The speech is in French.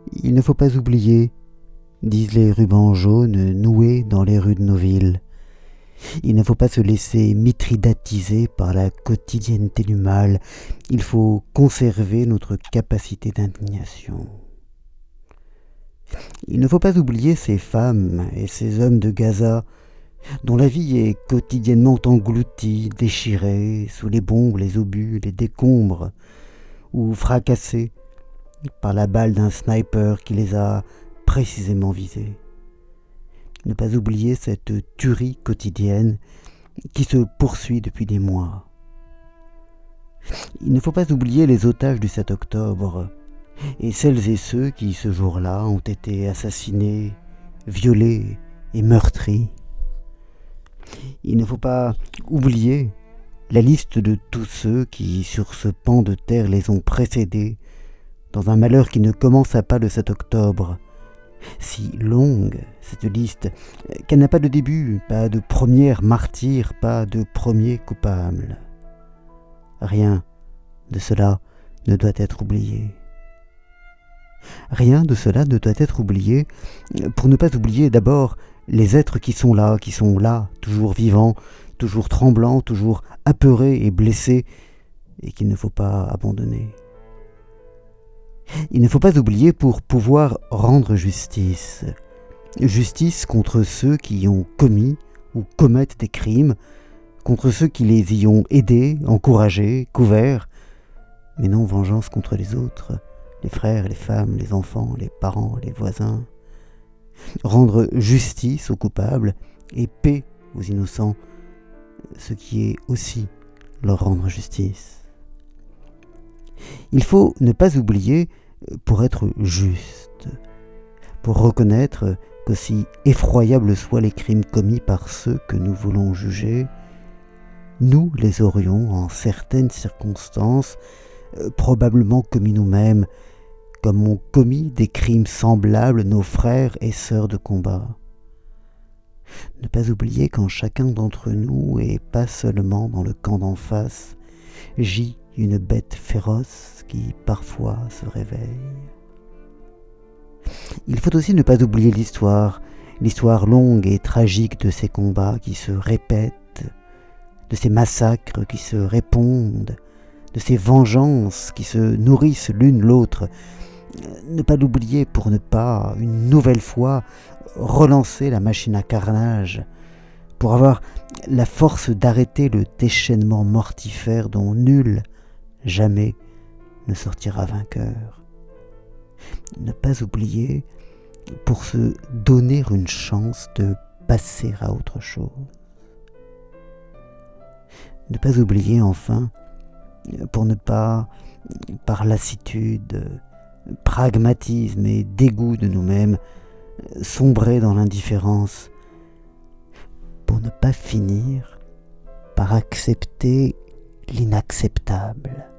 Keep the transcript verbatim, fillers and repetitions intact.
Il ne faut pas oublier, disent les rubans jaunes noués dans les rues de nos villes. Il ne faut pas se laisser mithridatiser par la quotidienneté du mal. Il faut conserver notre capacité d'indignation. Il ne faut pas oublier ces femmes et ces hommes de Gaza dont la vie est quotidiennement engloutie, déchirée sous les bombes, les obus, les décombres, ou fracassée par la balle d'un sniper qui les a précisément visés. Ne pas oublier cette tuerie quotidienne qui se poursuit depuis des mois. Il ne faut pas oublier les otages du sept octobre et celles et ceux qui, ce jour-là, ont été assassinés, violés et meurtris. Il ne faut pas oublier la liste de tous ceux qui, sur ce pan de terre, les ont précédés dans un malheur qui ne commença pas le sept octobre. Si longue, cette liste, qu'elle n'a pas de début, pas de première martyr, pas de premier coupable. Rien de cela ne doit être oublié. Rien de cela ne doit être oublié, pour ne pas oublier d'abord les êtres qui sont là, qui sont là, toujours vivants, toujours tremblants, toujours apeurés et blessés, et qu'il ne faut pas abandonner. Il ne faut pas oublier pour pouvoir rendre justice. Justice contre ceux qui ont commis ou commettent des crimes, contre ceux qui les y ont aidés, encouragés, couverts, mais non vengeance contre les autres, les frères, les femmes, les enfants, les parents, les voisins. Rendre justice aux coupables et paix aux innocents, ce qui est aussi leur rendre justice. Il faut ne pas oublier, pour être juste, pour reconnaître qu'aussi effroyables soient les crimes commis par ceux que nous voulons juger, nous les aurions, en certaines circonstances, probablement commis nous-mêmes, comme ont commis des crimes semblables nos frères et sœurs de combat. Ne pas oublier qu'en chacun d'entre nous, et pas seulement dans le camp d'en face, gît une bête féroce qui parfois se réveille. Il faut aussi ne pas oublier l'histoire, l'histoire longue et tragique de ces combats qui se répètent, de ces massacres qui se répondent, de ces vengeances qui se nourrissent l'une l'autre. Ne pas l'oublier pour ne pas, une nouvelle fois, relancer la machine à carnage, pour avoir la force d'arrêter le déchaînement mortifère dont nul jamais ne sortira vainqueur. Ne pas oublier pour se donner une chance de passer à autre chose. Ne pas oublier enfin pour ne pas, par lassitude, pragmatisme et dégoût de nous-mêmes, sombrer dans l'indifférence, pour ne pas finir par accepter l'inacceptable.